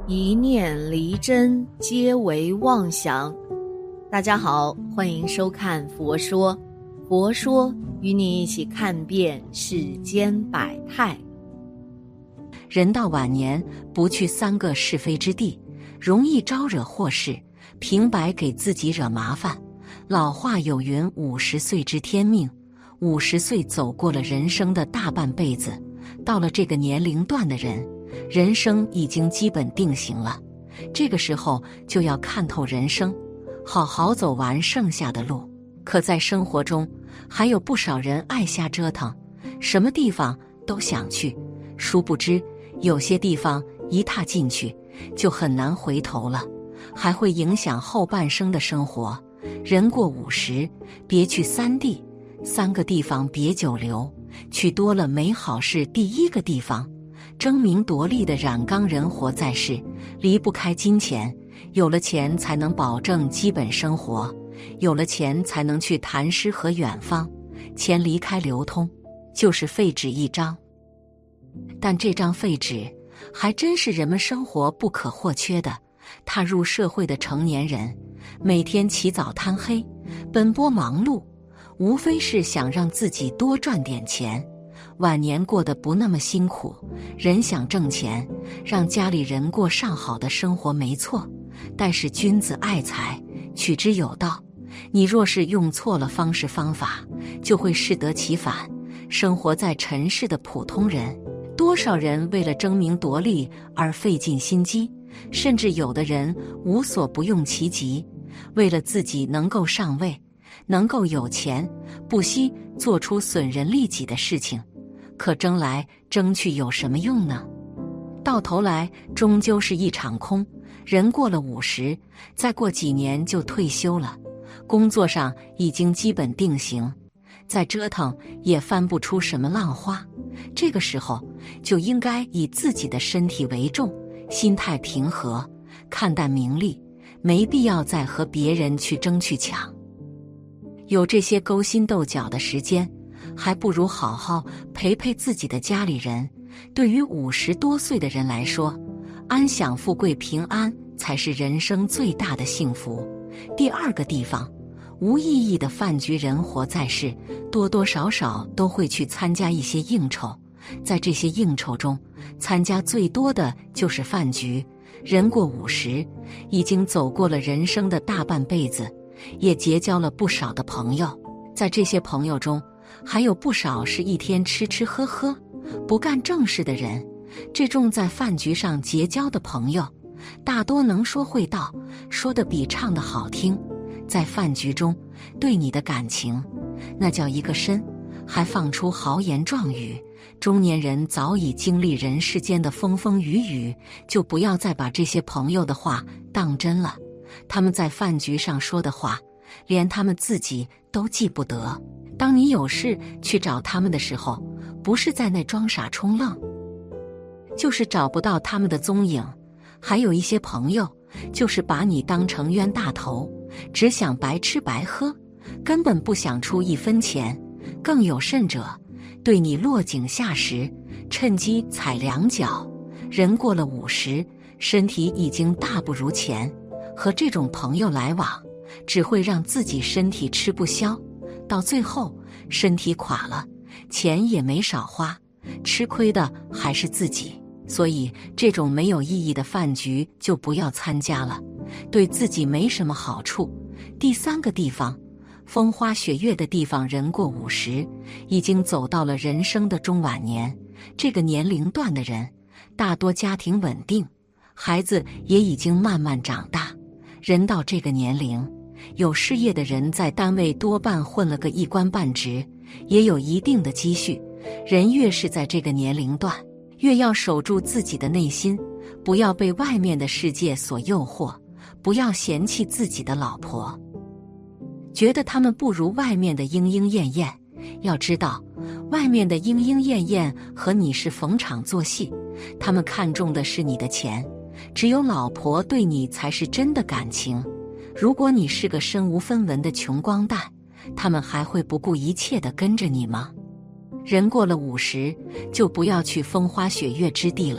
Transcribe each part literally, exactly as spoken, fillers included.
一念离真，皆为妄想。大家好，欢迎收看佛说。佛说与你一起看遍世间百态。 人到晚年，不去三个是非之地，容易招惹祸事，平白给自己惹麻烦。老话有云：五十岁知天命。五十岁走过了人生的大半辈子，到了这个年龄段的人，人生已经基本定型了。这个时候就要看透人生，好好走完剩下的路。可在生活中，还有不少人爱瞎折腾，什么地方都想去，殊不知有些地方一踏进去就很难回头了，还会影响后半生的生活。人过五十，别去三地，三个地方别久留，去多了没好事。第一个地方，争名夺利的染缸人活在世，离不开金钱，有了钱才能保证基本生活，有了钱才能去谈诗和远方，钱离开流通，就是废纸一张。但这张废纸还真是人们生活不可或缺的。踏入社会的成年人，每天起早贪黑，奔波忙碌，无非是想让自己多赚点钱，晚年过得不那么辛苦。人想挣钱，让家里人过上好的生活没错，但是君子爱财，取之有道。你若是用错了方式方法，就会适得其反。生活在尘世的普通人，多少人为了争名夺利而费尽心机，甚至有的人无所不用其极，为了自己能够上位，能够有钱，不惜做出损人利己的事情。可争来争去有什么用呢？到头来终究是一场空。人过了五十，再过几年就退休了，工作上已经基本定型，再折腾也翻不出什么浪花。这个时候就应该以自己的身体为重，心态平和，看淡名利，没必要再和别人去争去抢。有这些勾心斗角的时间，还不如好好陪陪自己的家里人。对于五十多岁的人来说，安享富贵平安才是人生最大的幸福。第二个地方，无意义的饭局。人活在世，多多少少都会去参加一些应酬，在这些应酬中，参加最多的就是饭局。人过五十，已经走过了人生的大半辈子，也结交了不少的朋友。在这些朋友中，还有不少是一天吃吃喝喝，不干正事的人。这种在饭局上结交的朋友，大多能说会道，说得比唱得好听。在饭局中对你的感情，那叫一个深，还放出豪言壮语。中年人早已经历人世间的风风雨雨，就不要再把这些朋友的话当真了。他们在饭局上说的话，连他们自己都记不得。当你有事去找他们的时候，不是在那装傻充愣，就是找不到他们的踪影。还有一些朋友，就是把你当成冤大头，只想白吃白喝，根本不想出一分钱。更有甚者，对你落井下石，趁机踩两脚。人过了五十，身体已经大不如前，和这种朋友来往，只会让自己身体吃不消，到最后身体垮了，钱也没少花，吃亏的还是自己。所以这种没有意义的饭局就不要参加了，对自己没什么好处。第三个地方，风花雪月的地方。人过五十，已经走到了人生的中晚年。这个年龄段的人，大多家庭稳定，孩子也已经慢慢长大。人到这个年龄，有事业的人在单位多半混了个一官半职，也有一定的积蓄。人越是在这个年龄段，越要守住自己的内心，不要被外面的世界所诱惑，不要嫌弃自己的老婆，觉得他们不如外面的莺莺燕燕。要知道，外面的莺莺燕燕和你是逢场作戏，他们看重的是你的钱，只有老婆对你才是真的感情。如果你是个身无分文的穷光蛋，他们还会不顾一切地跟着你吗？人过了五十，就不要去风花雪月之地了，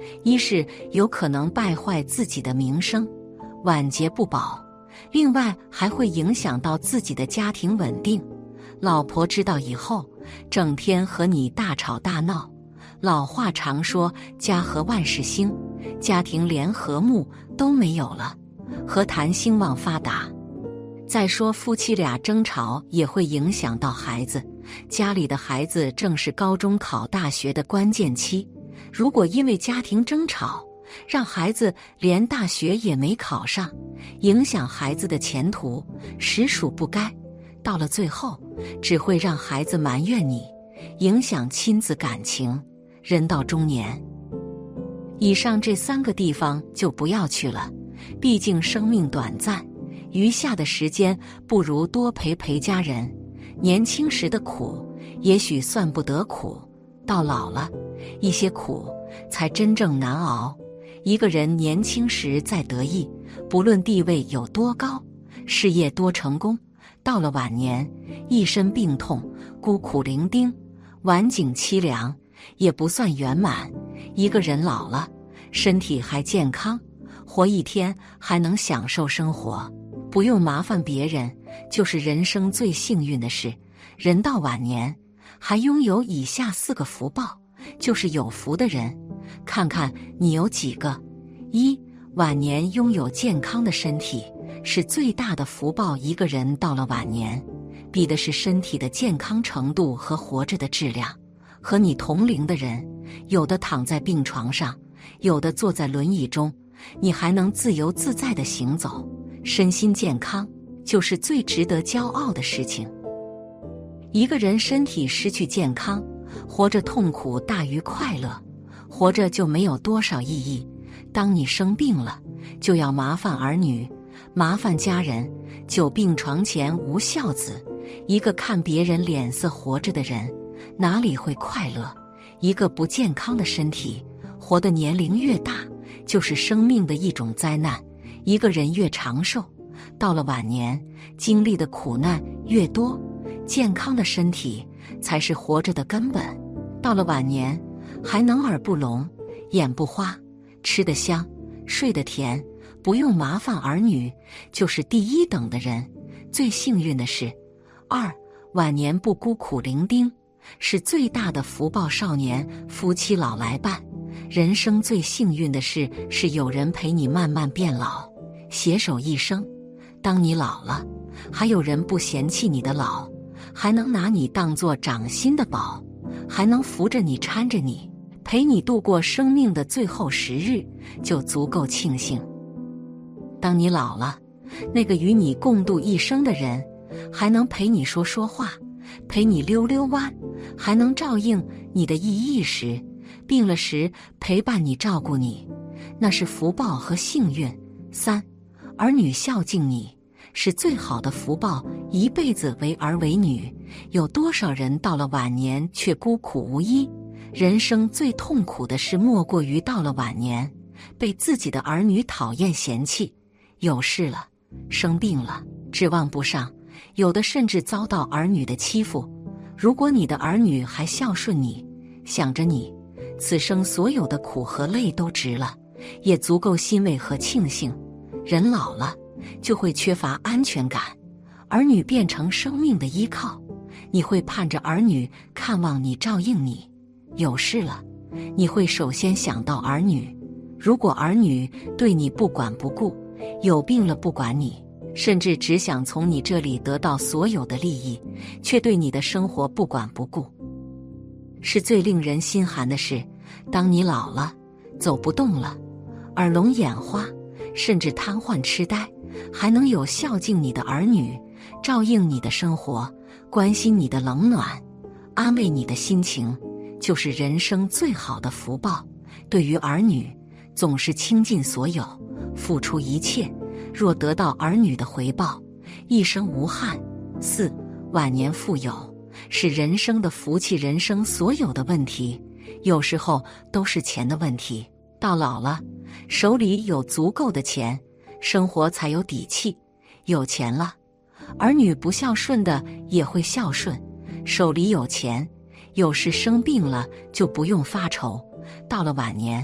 一是有可能败坏自己的名声，晚节不保；另外还会影响到自己的家庭稳定。老婆知道以后，整天和你大吵大闹。老话常说家和万事兴，家庭连和睦都没有了，何谈兴旺发达？再说夫妻俩争吵也会影响到孩子，家里的孩子正是高中考大学的关键期，如果因为家庭争吵，让孩子连大学也没考上，影响孩子的前途，实属不该。到了最后，只会让孩子埋怨你，影响亲子感情。人到中年，以上这三个地方就不要去了，毕竟生命短暂，余下的时间不如多陪陪家人。年轻时的苦也许算不得苦，到老了，一些苦才真正难熬。一个人年轻时再得意，不论地位有多高，事业多成功，到了晚年，一身病痛，孤苦伶仃，晚景凄凉，也不算圆满。一个人老了，身体还健康，活一天还能享受生活，不用麻烦别人，就是人生最幸运的事。人到晚年，还拥有以下四个福报，就是有福的人。看看你有几个？一、晚年拥有健康的身体，是最大的福报。一个人到了晚年，比的是身体的健康程度和活着的质量。和你同龄的人，有的躺在病床上，有的坐在轮椅中，你还能自由自在地行走，身心健康就是最值得骄傲的事情。一个人身体失去健康，活着痛苦大于快乐，活着就没有多少意义。当你生病了，就要麻烦儿女，麻烦家人，久病床前无孝子。一个看别人脸色活着的人，哪里会快乐？一个不健康的身体，活的年龄越大，就是生命的一种灾难。一个人越长寿，到了晚年，经历的苦难越多，健康的身体才是活着的根本。到了晚年，还能耳不聋，眼不花，吃得香，睡得甜，不用麻烦儿女，就是第一等的人，最幸运的是。二、晚年不孤苦伶仃，是最大的福报。少年夫妻老来伴，人生最幸运的事是有人陪你慢慢变老，携手一生。当你老了，还有人不嫌弃你的老，还能拿你当作掌心的宝，还能扶着你搀着你，陪你度过生命的最后时日，就足够庆幸。当你老了，那个与你共度一生的人，还能陪你说说话，陪你溜溜弯，还能照应你的一意时，病了时陪伴你照顾你，那是福报和幸运。三、儿女孝敬你，是最好的福报。一辈子为儿为女，有多少人到了晚年却孤苦无依？人生最痛苦的事莫过于到了晚年，被自己的儿女讨厌嫌弃，有事了，生病了，指望不上，有的甚至遭到儿女的欺负。如果你的儿女还孝顺你，想着你，此生所有的苦和累都值了，也足够欣慰和庆幸。人老了，就会缺乏安全感，儿女变成生命的依靠，你会盼着儿女看望你，照应你。有事了，你会首先想到儿女。如果儿女对你不管不顾，有病了不管你，甚至只想从你这里得到所有的利益，却对你的生活不管不顾，是最令人心寒的事。当你老了，走不动了，耳聋眼花，甚至瘫痪痴呆，还能有孝敬你的儿女，照应你的生活，关心你的冷暖，安慰你的心情，就是人生最好的福报。对于儿女，总是倾尽所有，付出一切，若得到儿女的回报，一生无憾。四、晚年富有，是人生的福气。人生所有的问题，有时候都是钱的问题。到老了，手里有足够的钱，生活才有底气。有钱了，儿女不孝顺的也会孝顺。手里有钱，有时生病了就不用发愁。到了晚年，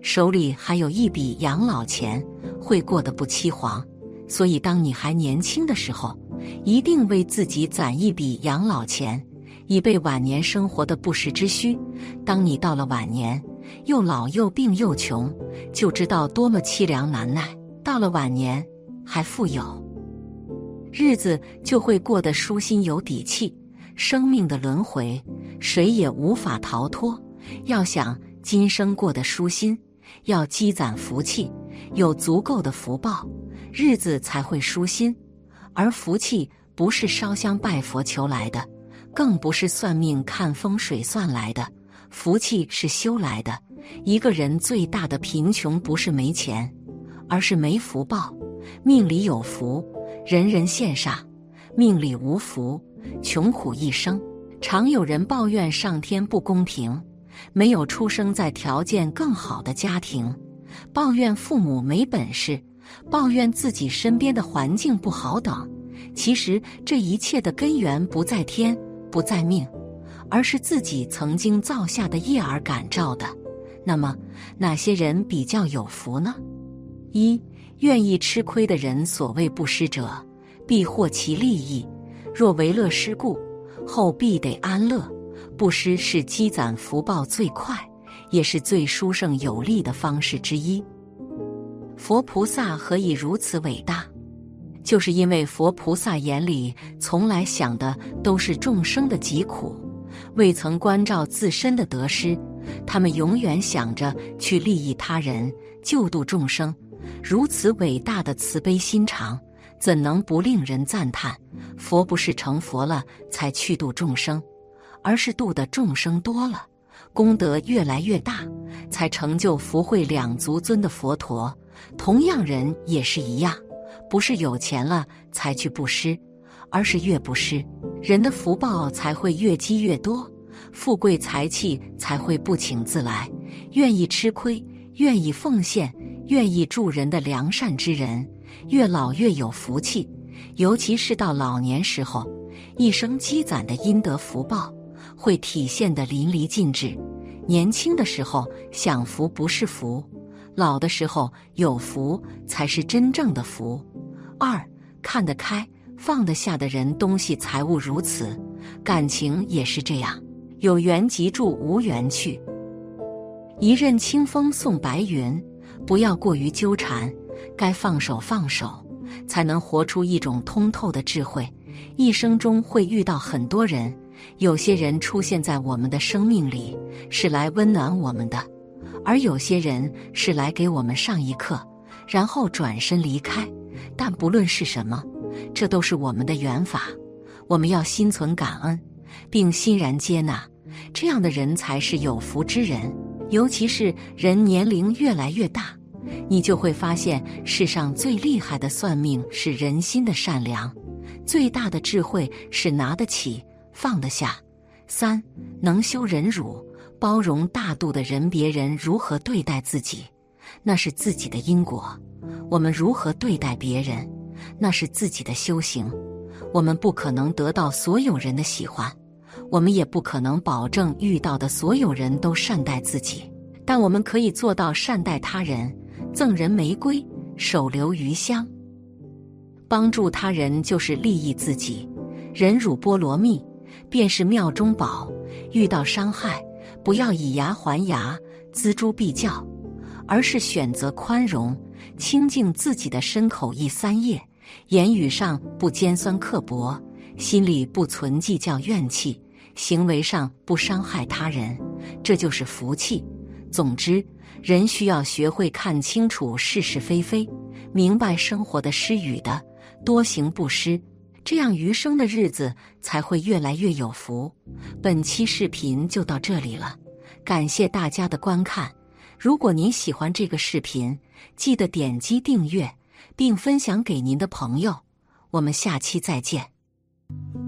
手里还有一笔养老钱，会过得不凄惶。所以当你还年轻的时候，一定为自己攒一笔养老钱，以备晚年生活的不时之需。当你到了晚年，又老又病又穷，就知道多么凄凉难耐。到了晚年还富有，日子就会过得舒心有底气。生命的轮回，谁也无法逃脱。要想今生过得舒心，要积攒福气，有足够的福报，日子才会舒心。而福气不是烧香拜佛求来的，更不是算命看风水算来的，福气是修来的。一个人最大的贫穷不是没钱，而是没福报。命里有福，人人羡煞；命里无福，穷苦一生。常有人抱怨上天不公平，没有出生在条件更好的家庭，抱怨父母没本事，抱怨自己身边的环境不好等。其实这一切的根源不在天，不在命，而是自己曾经造下的业而感召的。那么哪些人比较有福呢？一、愿意吃亏的人。所谓不施者，必获其利益。若为乐施故，后必得安乐。布施是积攒福报最快，也是最殊胜有力的方式之一。佛菩萨何以如此伟大？就是因为佛菩萨眼里从来想的都是众生的疾苦，未曾关照自身的得失。他们永远想着去利益他人，救度众生。如此伟大的慈悲心肠，怎能不令人赞叹？佛不是成佛了才去度众生，而是度的众生多了，功德越来越大，才成就福慧两足尊的佛陀。同样人也是一样，不是有钱了才去布施，而是越布施，人的福报才会越积越多，富贵财气才会不请自来。愿意吃亏，愿意奉献，愿意助人的良善之人，越老越有福气。尤其是到老年时候，一生积攒的阴德福报会体现得淋漓尽致。年轻的时候享福不是福，老的时候有福才是真正的福。二、看得开放得下的人，东西财物如此，感情也是这样，有缘即住，无缘去。一任清风送白云，不要过于纠缠，该放手放手，才能活出一种通透的智慧。一生中会遇到很多人，有些人出现在我们的生命里，是来温暖我们的，而有些人是来给我们上一课，然后转身离开。但不论是什么，这都是我们的缘法，我们要心存感恩，并欣然接纳，这样的人才是有福之人。尤其是人年龄越来越大，你就会发现世上最厉害的算命是人心的善良，最大的智慧是拿得起放得下。三、能修忍辱，包容大度的人。别人如何对待自己，那是自己的因果；我们如何对待别人，那是自己的修行。我们不可能得到所有人的喜欢，我们也不可能保证遇到的所有人都善待自己，但我们可以做到善待他人，赠人玫瑰，手留余香。帮助他人就是利益自己，忍辱波罗蜜便是妙中宝。遇到伤害，不要以牙还牙，锱铢必较，而是选择宽容，清净自己的身口意三业，言语上不尖酸刻薄，心里不存计较怨气，行为上不伤害他人，这就是福气。总之，人需要学会看清楚是是非非，明白生活的施与的，多行布施，这样余生的日子才会越来越有福。本期视频就到这里了，感谢大家的观看。如果您喜欢这个视频，记得点击订阅并分享给您的朋友。我们下期再见。